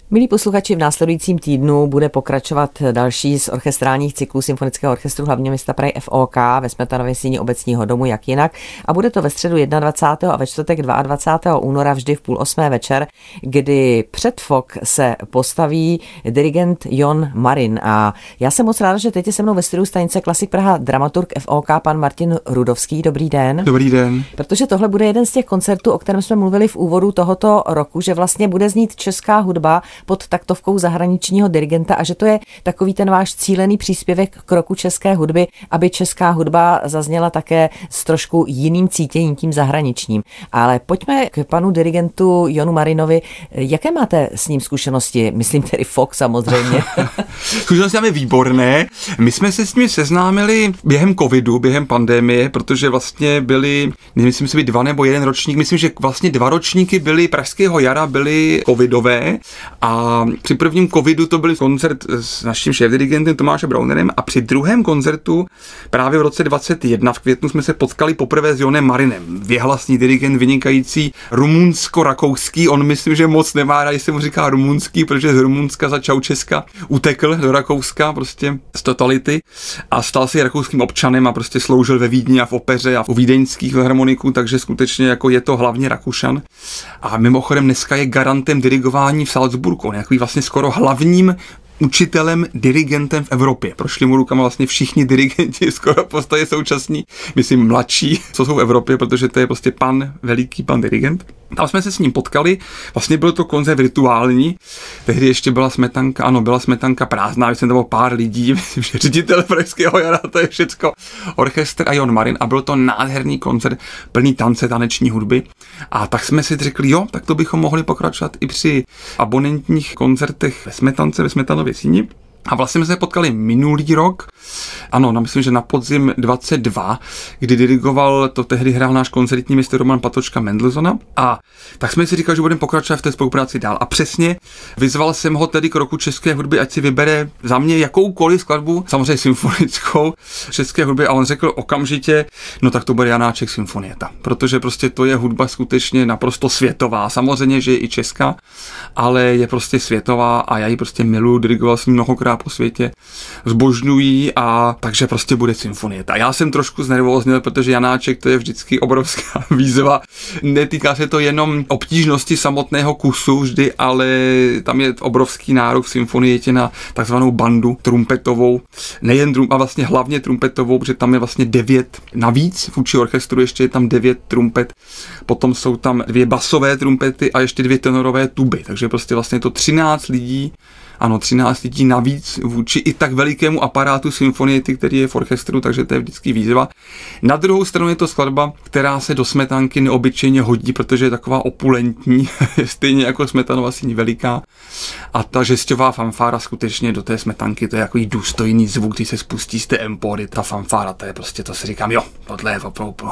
Milí posluchači, v následujícím týdnu bude pokračovat další z orchestrálních cyklů Symfonického orchestru hlavního města Prahy FOK ve Smetanově síni Obecního domu, jak jinak. A bude to ve středu 21. a ve čtvrtek 22. února vždy v 7:30 večer, kdy před FOK se postaví dirigent Jon Marin. A já jsem moc ráda, že teď je se mnou ve studiu stanice Klasik Praha dramaturg FOK pan Martin Rudovský. Dobrý den. Dobrý den. Protože tohle bude jeden z těch koncertů, o kterém jsme mluvili v úvodu tohoto roku, že vlastně bude znít česká hudba pod taktovkou zahraničního dirigenta a že to je takový ten váš cílený příspěvek k roku české hudby, aby česká hudba zazněla také s trošku jiným cítěním, tím zahraničním. Ale pojďme k panu dirigentu Jonu Marinovi. Jaké máte s ním zkušenosti? Myslím tedy FOK samozřejmě. Zkušenosti máme výborné. My jsme se s ním seznámili během covidu, během pandemie, protože vlastně byli, nemyslím si být 2 nebo 1 ročník, myslím, že vlastně 2 ročníky byly pražského jara, byly covidové a při prvním covidu to byl koncert s naším šéfdirigentem Tomášem Braunerem a při druhém koncertu právě v roce 2021 v květnu jsme se potkali poprvé s Jonem Marinem. Věhlasný dirigent, vynikající, rumunsko-rakouský, on myslím, že moc nemá rád, když se mu říká rumunský, protože z Rumunska za Čaučeska utekl do Rakouska prostě z totality a stal se rakouským občanem a prostě sloužil ve Vídni a v opeře a u vídeňských filharmoniků, takže skutečně jako je to hlavně Rakušan. A mimochodem dneska je garantem dirigování v Salzburgu, nějaký vlastně skoro hlavním učitelem, dirigentem v Evropě. Prošli mu rukama vlastně všichni dirigenti, skoro v podstatě současní, myslím mladší, co jsou v Evropě, protože to je prostě veliký pan dirigent. Tam jsme se s ním potkali, vlastně byl to koncert virtuální, tehdy ještě byla smetanka prázdná, myslím, to bylo pár lidí, myslím, že ředitel pražského jara, to je všecko, orchestr a Jon Marin a byl to nádherný koncert, plný tance, taneční hudby a tak jsme si řekli, jo, tak to bychom mohli pokračovat i při abonentních koncertech ve Smetance, ve Smetanově síni. A vlastně jsme se potkali minulý rok, ano, myslím, že na podzim 22, kdy dirigoval, to tehdy hrál náš koncertní mistr Roman Patočka Mendelssohna a tak jsme si říkali, že budeme pokračovat v té spolupráci dál. A přesně vyzval jsem ho tedy k roku české hudby, ať si vybere za mě jakoukoliv skladbu, samozřejmě symfonickou české hudby a on řekl okamžitě, no tak to bude Janáček Symfonieta, protože prostě to je hudba skutečně naprosto světová, samozřejmě, že je i česká, ale je prostě světová a já ji prostě miluji, dirigoval s ní mnohokrát po světě, zbožňují a takže prostě bude symfonieta. Já jsem trošku znervóznil, protože Janáček to je vždycky obrovská výzva. Netýká se to jenom obtížnosti samotného kusu vždy, ale tam je obrovský nárok v symfonietě na takzvanou bandu trumpetovou. Nejen a vlastně hlavně trumpetovou, protože tam je vlastně 9 navíc, vůči orchestru ještě je tam 9 trumpet, potom jsou tam 2 basové trumpety a ještě 2 tenorové tuby, takže prostě vlastně to 13 lidí, ano, 13 lidí navíc vůči i tak velikému aparátu symfoniety, který je v orchestru, takže to je vždycky výzva. Na druhou stranu je to skladba, která se do Smetanky neobyčejně hodí, protože je taková opulentní, stejně jako Smetanova síň veliká. A ta žesťová fanfára skutečně do té Smetanky, to je takový důstojný zvuk, když se spustí z té empory, ta fanfára, to je prostě, to si říkám, jo, tohle je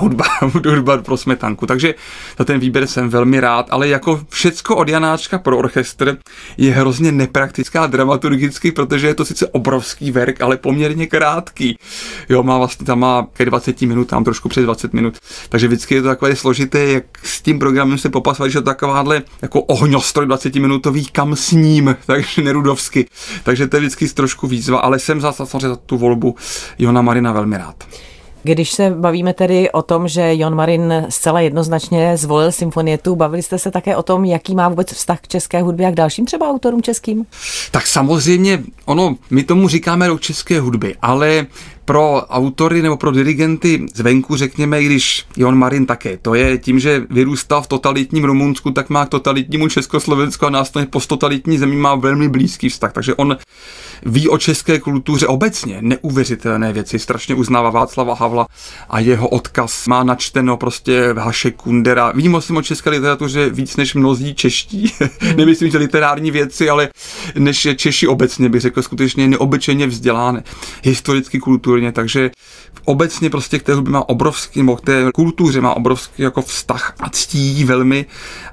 hudba pro Smetanku. Takže za ten výběr jsem velmi rád, ale jako všecko od Janáčka pro orchestr je hrozně nepraktická dramaturgicky, protože je to sice obrovský verk, ale poměrně krátký. Jo, tam má ke 20 minut, tam trošku přes 20 minut. Takže vždycky je to takové složité, jak s tím programem se popasovat, že to takováhle jako ohňostroj 20-minutový, kam s ním, takže nerudovsky. Takže to je vždycky trošku výzva, ale jsem za tu volbu Jona Marina velmi rád. Když se bavíme tedy o tom, že Jon Marin zcela jednoznačně zvolil symfonietu, bavili jste se také o tom, jaký má vůbec vztah k české hudbě a k dalším třeba autorům českým? Tak samozřejmě, my tomu říkáme rok české hudby, ale pro autory nebo pro dirigenty zvenku, řekněme, i když Jon Marin také, to je tím, že vyrůstal v totalitním Rumunsku, tak má k totalitnímu Československu a následně posttotalitní zemí má velmi blízký vztah, takže on ví o české kultuře obecně neuvěřitelné věci, strašně uznává Václava Havla a jeho odkaz má načteno prostě Haše Kundera. Vím o české literatuře víc než mnozí čeští, nemyslím, že literární věci, ale než Češi obecně bych řekl skutečně neobyčejně vzdělané, historicky kulturně, takže obecně prostě k té hudbě má obrovský, nebo k té kultuře má obrovský jako vztah a ctí velmi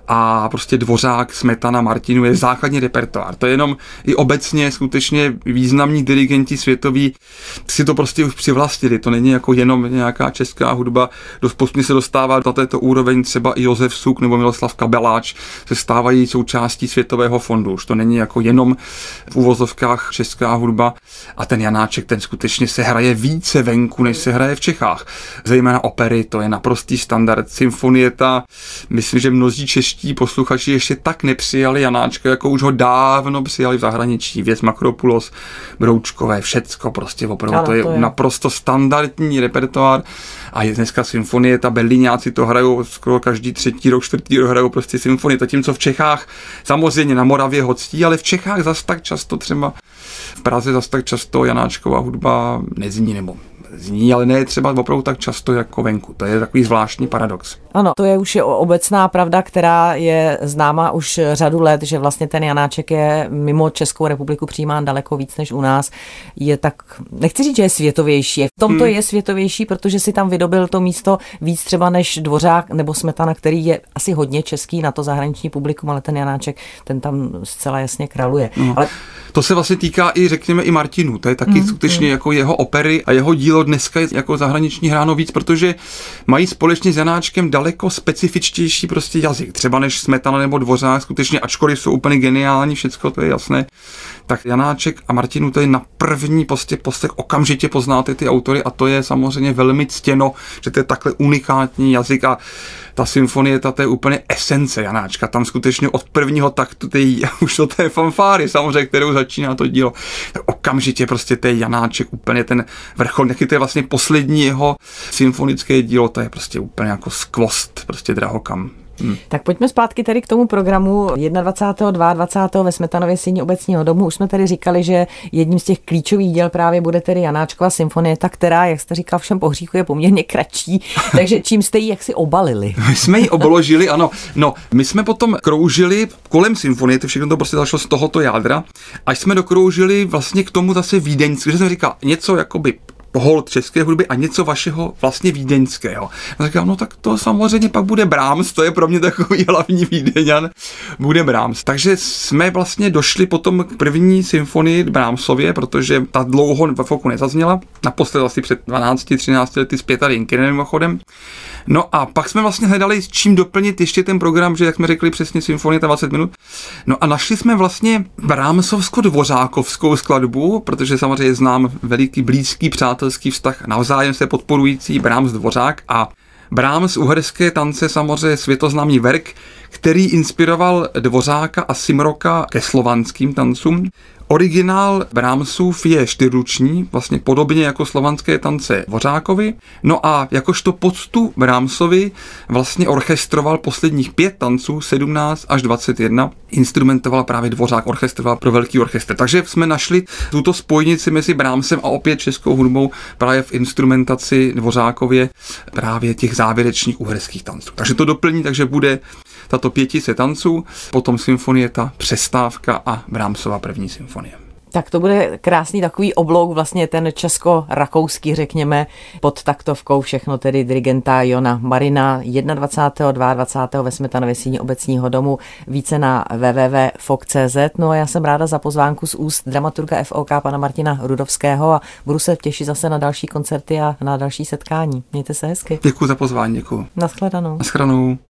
a prostě Dvořák, Smetana, Martinů je základní repertoár. To je jenom i obecně skutečně významní dirigenti světoví si to prostě už přivlastnili. To není jako jenom nějaká česká hudba. Dost postupně se dostává na této úroveň třeba i Josef Suk nebo Miloslav Kabeláč se stávají součástí Světového fondu. Už to není jako jenom v uvozovkách česká hudba a ten Janáček, ten skutečně se hraje více venku, než se hraje v Čechách. Zejména opery, to je naprostý standard. Symfonieta, myslím, že mnozí čeští posluchači ještě tak nepřijali Janáčka, jako už ho dávno přijali v zahraničí. Věc Makropoulos, Broučkové, všecko prostě opravdu. Ano, to je naprosto standardní repertoár a je dneska symfonieta, Berlíňáci to hrajou skoro každý 3. rok, 4. rok hrajou prostě symfonie. Zatímco v Čechách, samozřejmě na Moravě ho ctí, ale v Čechách zas tak často třeba v Praze zas tak často Janáčkova hudba nezní, nebo zní, ale ne třeba opravdu tak často jako venku. To je takový zvláštní paradox. Ano, to je už obecná pravda, která je známá už řadu let, že vlastně ten Janáček je mimo Českou republiku přijímán daleko víc než u nás. Je tak, nechci říct, že je světovější. V tomto je světovější, protože si tam vydobil to místo víc třeba než Dvořák nebo Smetana, který je asi hodně český na to zahraniční publikum, ale ten Janáček, ten tam zcela jasně králuje. Ale to se vlastně týká i, řekněme, i Martinů. To je taky skutečně jako jeho opery a jeho dílo dneska je jako zahraniční hráno víc, protože mají společně s Janáčkem daleko specifičtější prostě jazyk. Třeba než Smetana nebo Dvořák, skutečně, ačkoliv jsou úplně geniální, všecko, to je jasné. Tak Janáček a Martinů, to je na první poslech okamžitě poznáte ty autory a to je samozřejmě velmi ctěno, že to je takhle unikátní jazyk a ta symfonie, to je úplně esence Janáčka. Tam skutečně od prvního taktu už do té fanfáry samozřejmě, kterou začíná to dílo, tak okamžitě prostě to je Janáček úplně ten vrchol, to je vlastně poslední jeho symfonické dílo, to je prostě úplně jako skvost, prostě drahokam. Tak pojďme zpátky tady k tomu programu 21. 22. ve Smetanově síni obecního domu. Už jsme tady říkali, že jedním z těch klíčových děl právě bude tedy Janáčkova symfonieta, která, jak jste říkal, všem pohříchu je poměrně kratší, takže čím jste ji jaksi obalili? My jsme ji obložili, ano. No, my jsme potom kroužili kolem symfoniety, všechno to prostě zašlo z tohoto jádra, až jsme dokroužili vlastně k tomu zase vídeňské, že jsem říkal něco jakoby hold české hudby a něco vašeho vlastně vídeňského. A říkám, no tak to samozřejmě pak bude Brahms, to je pro mě takový hlavní Vídeňan, bude Brahms. Takže jsme vlastně došli potom k první symfonii Brahmsově, protože ta dlouho ve foku nezazněla, naposled asi před 12-13 lety s Pěta Rinkenem mimochodem. No a pak jsme vlastně hledali, s čím doplnit ještě ten program, že jak jsme řekli přesně symfonie 20 minut. No a našli jsme vlastně Brahmsovsko-dvořákovskou skladbu, protože samozřejmě znám veliký blízký přátelský vztah, navzájem se podporující Brahms-Dvořák a Brahms uherské tance samozřejmě světoznámý verk, který inspiroval Dvořáka a Simroka ke slovanským tancům. Originál Brahmsův je čtyřruční, vlastně podobně jako slovanské tance Dvořákovi. No a jakožto poctu Brahmsovi vlastně orchestroval posledních 5 tanců, 17 až 21. Instrumentoval právě Dvořák, orchestroval pro velký orchestr. Takže jsme našli tuto spojnici mezi Brahmsem a opět českou hudbou právě v instrumentaci Dvořákově právě těch závěrečných uherských tanců. Takže to doplní, takže bude tato 500 tanců, potom symfonieta, přestávka a Brahmsova první symfonie. Tak to bude krásný takový oblouk, vlastně ten česko-rakouský, řekněme, pod taktovkou všechno tedy dirigenta Jona Marina 21. 22. ve Smetanově síni obecního domu, více na www.fok.cz. No a já jsem ráda za pozvánku z úst dramaturga FOK pana Martina Rudovského a budu se těšit zase na další koncerty a na další setkání. Mějte se hezky. Děkuji za pozvání, děkuji. Naschledanou. Naschledanou.